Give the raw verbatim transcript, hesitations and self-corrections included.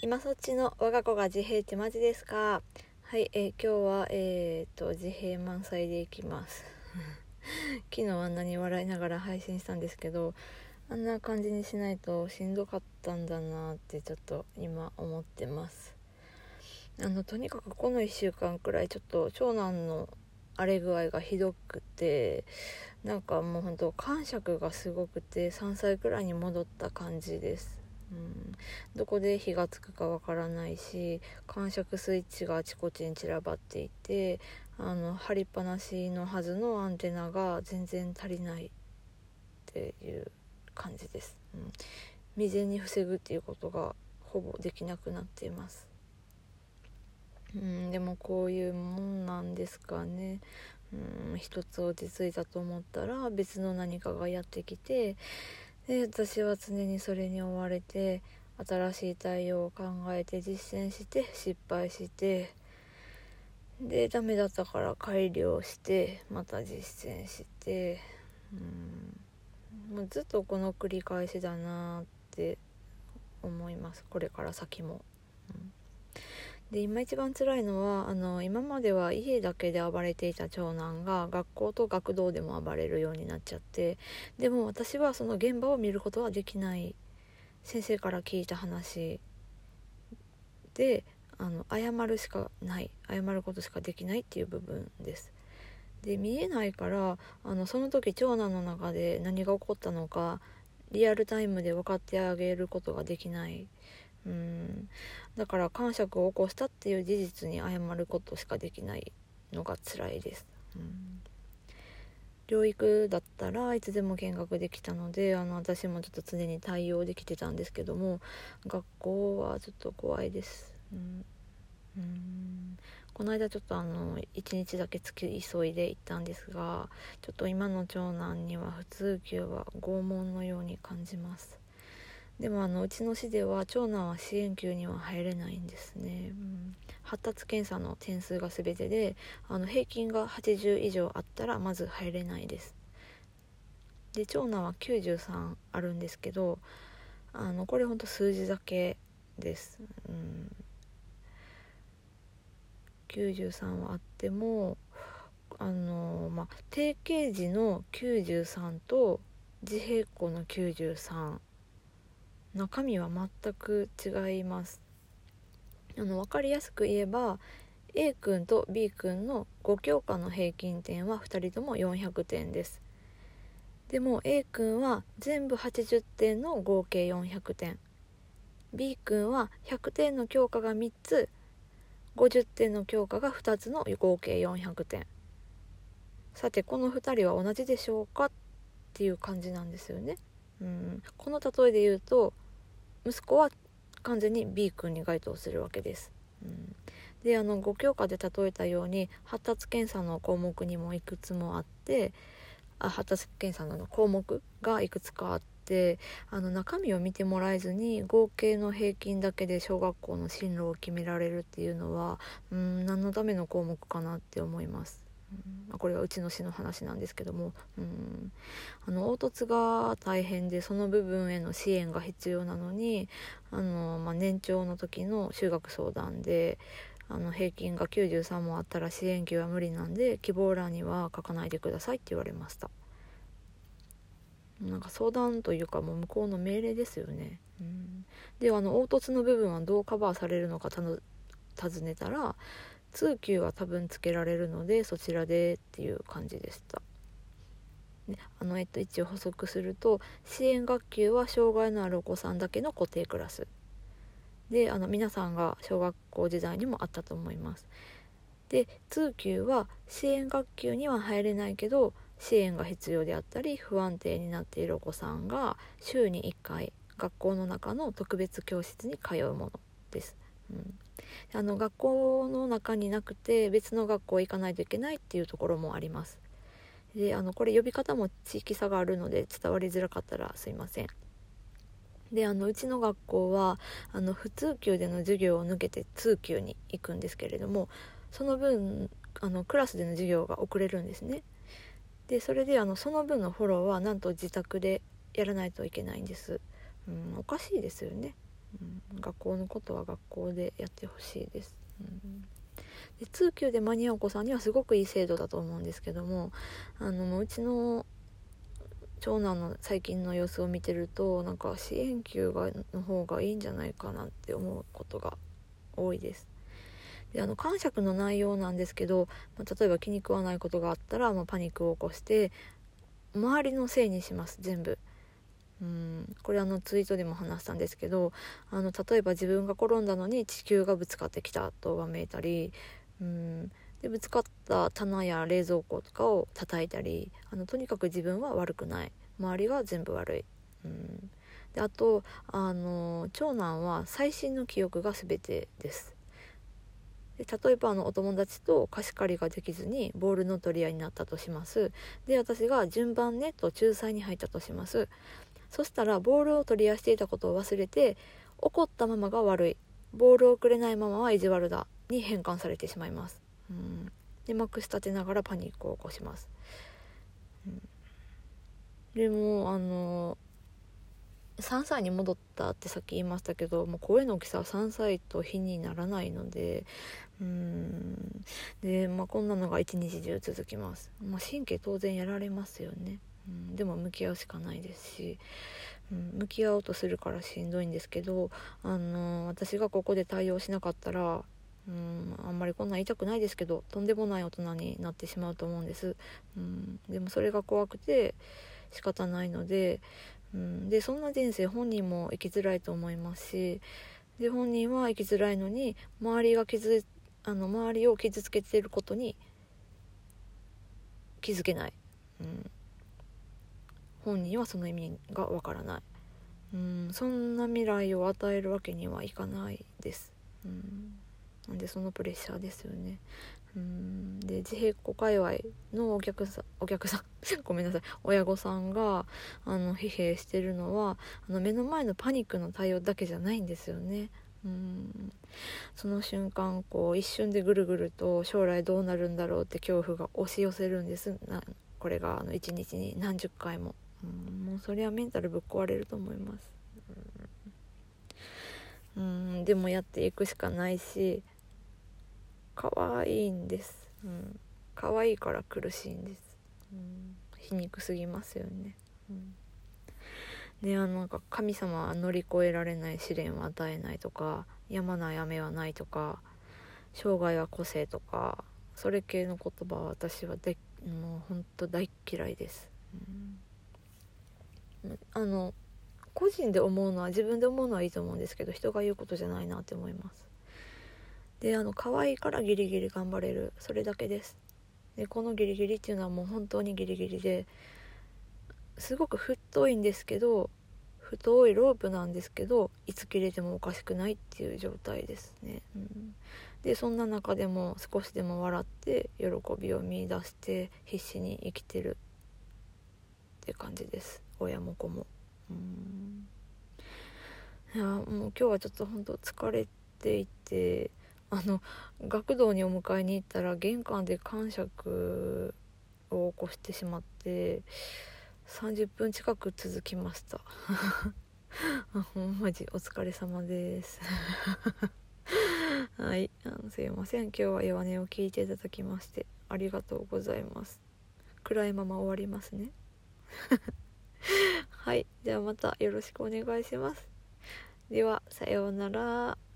今そっちの我が子が自閉ってマジですか？はい、えー、今日はえー、と自閉満載でいきます昨日あんなに笑いながら配信したんですけど、あんな感じにしないとしんどかったんだなってちょっと今思ってます。あのとにかくこのいっしゅうかんくらいちょっと長男の荒れ具合がひどくて、なんかもうほんと感触がすごくてさんさいくらいに戻った感じです。うん、どこで火がつくかわからないし、感触スイッチがあちこちに散らばっていて、あの張りっぱなしのはずのアンテナが全然足りないっていう感じです。うん、未然に防ぐっていうことがほぼできなくなっています。うん、でもこういうもんなんですかね。うん、一つ落ち着いたと思ったら別の何かがやってきて、で私は常にそれに追われて、新しい対応を考えて実践して失敗して、でダメだったから改良してまた実践して、うんもうずっとこの繰り返しだなって思います。これから先も。うんで今一番辛いのは、あの今までは家だけで暴れていた長男が学校と学童でも暴れるようになっちゃって、でも私はその現場を見ることはできない。先生から聞いた話で、あの謝るしかない、謝ることしかできないっていう部分です。で見えないから、あのその時長男の中で何が起こったのかリアルタイムで分かってあげることができない。うんだから感触を起こしたっていう事実に謝ることしかできないのが辛いです。うん療育だったらいつでも見学できたので、あの私もちょっと常に対応できてたんですけども、学校はちょっと怖いです。うんうんこの間ちょっとあのいちにちだけ付き急いで行ったんですが、ちょっと今の長男には普通級は拷問のように感じます。でもあのうちの市では長男は支援級には入れないんですね。うん、発達検査の点数が全てで、あの平均がはちじゅう以上あったらまず入れないです。で長男はきゅうじゅうさんあるんですけど、あのこれほんと数字だけです。うん、きゅうじゅうさんはあっても、あの、まあ、定型時のきゅうじゅうさんと自閉っ子のきゅうじゅうさん、中身は全く違います。あの分かりやすく言えば A 君と B 君のご教科の平均点はふたりともよんひゃくてんです。でも A 君は全部はちじゅってんの合計よんひゃくてん、 B 君はひゃくてんの教科がみっつ、ごじゅってんの教科がふたつの合計よんひゃくてん。さてこのふたりは同じでしょうかっていう感じなんですよね。うん、この例えで言うと息子は完全に B 君に該当するわけです。うん、であのご教科で例えたように発達検査の項目にもいくつもあって、あ発達検査の項目がいくつかあって、あの中身を見てもらえずに合計の平均だけで小学校の進路を決められるっていうのは、うん何のための項目かなって思います。うん、これはうちの市の話なんですけども、うんあの凹凸が大変でその部分への支援が必要なのに、あの、まあ、年長の時の就学相談で、あの平均がきゅうじゅうさんもあったら支援級は無理なんで希望欄には書かないでくださいって言われました。なんか相談というかもう向こうの命令ですよね。うん、であの凹凸の部分はどうカバーされるのかたの尋ねたら、通級は多分つけられるのでそちらでっていう感じでした。であの、えっと、一応補足すると、支援学級は障害のあるお子さんだけの固定クラスで、あの皆さんが小学校時代にもあったと思います。で通級は支援学級には入れないけど支援が必要であったり不安定になっているお子さんが週にいっかい学校の中の特別教室に通うものです。うん、あの学校の中になくて別の学校行かないといけないっていうところもあります。であのこれ呼び方も地域差があるので伝わりづらかったらすいません。であのうちの学校はあの普通級での授業を抜けて通級に行くんですけれども、その分あのクラスでの授業が遅れるんですね。でそれであのその分のフォローはなんと自宅でやらないといけないんです。うん、おかしいですよね。 うん、学校のことは学校でやってほしいです。うん、で通級で間に合うお子さんにはすごくいい制度だと思うんですけども、あのうちの長男の最近の様子を見てると、なんか支援級がの方がいいんじゃないかなって思うことが多いです。であの感触の内容なんですけど、まあ、例えば気に食わないことがあったら、まあ、パニックを起こして周りのせいにします。全部。うんこれあのツイートでも話したんですけど、あの例えば自分が転んだのに地球がぶつかってきたとわめいたり、うんでぶつかった棚や冷蔵庫とかを叩いたり、あのとにかく自分は悪くない、周りが全部悪い。うんであとあの長男は最新の記憶が全てです。で例えばあのお友達と貸し借りができずにボールの取り合いになったとします。で私が順番ねと仲裁に入ったとします。そしたらボールを取り合いしていたことを忘れて、怒ったママが悪い、ボールをくれないママは意地悪だに変換されてしまいます。うんでまくし立てながらパニックを起こします。うん、でもあのさんさいに戻ったってさっき言いましたけど、もう声の大きさはさんさいと比にならないので、うーんで、まあ、こんなのが一日中続きます。まあ、神経当然やられますよね。うん、でも向き合うしかないですし、うん、向き合おうとするからしんどいんですけど、あのー、私がここで対応しなかったら、うん、あんまりこんなん言いたくないですけど、とんでもない大人になってしまうと思うんです。うん、でもそれが怖くて仕方ないので、うん、でそんな人生本人も生きづらいと思いますし、で本人は生きづらいのに周りが傷あの周りを傷つけていることに気づけない。うん、本人はその意味がわからない。うんそんな未来を与えるわけにはいかないです。うんなんでそのプレッシャーですよね。うんで自閉っ子界隈のお客さんお客さんごめんなさい親御さんがあの疲弊してるのは、あの目の前のパニックの対応だけじゃないんですよね。うんその瞬間こう一瞬でぐるぐると将来どうなるんだろうって恐怖が押し寄せるんです。なこれがあのいちにちに何十回も。うんもうそれはメンタルぶっ壊れると思います。うんでもやっていくしかないし、可愛いんです。うん可愛いから苦しいんです。うん皮肉すぎますよね。うんであのなんか神様は乗り越えられない試練を与えないとか、止まない雨はないとか、生涯は個性とか、それ系の言葉は私はでもう本当大嫌いです。うん、あの個人で思うのは自分で思うのはいいと思うんですけど、人が言うことじゃないなって思います。であの可愛いからギリギリ頑張れる、それだけです。でこのギリギリっていうのはもう本当にギリギリで、すごく太いんですけど、太いロープなんですけど、いつ切れてもおかしくないっていう状態ですね。うん、でそんな中でも少しでも笑って喜びを見出して必死に生きてるって感じです。親も子も。うんいやもう今日はちょっと本当疲れていて、あの学童にお迎えに行ったら玄関で癇癪を起こしてしまってさんじゅっぷん近く続きましたあほんまじお疲れ様ですはいあのすいません、今日は弱音を聞いていただきましてありがとうございます。暗いまま終わりますねはい、じゃあまたよろしくお願いします。ではさようなら。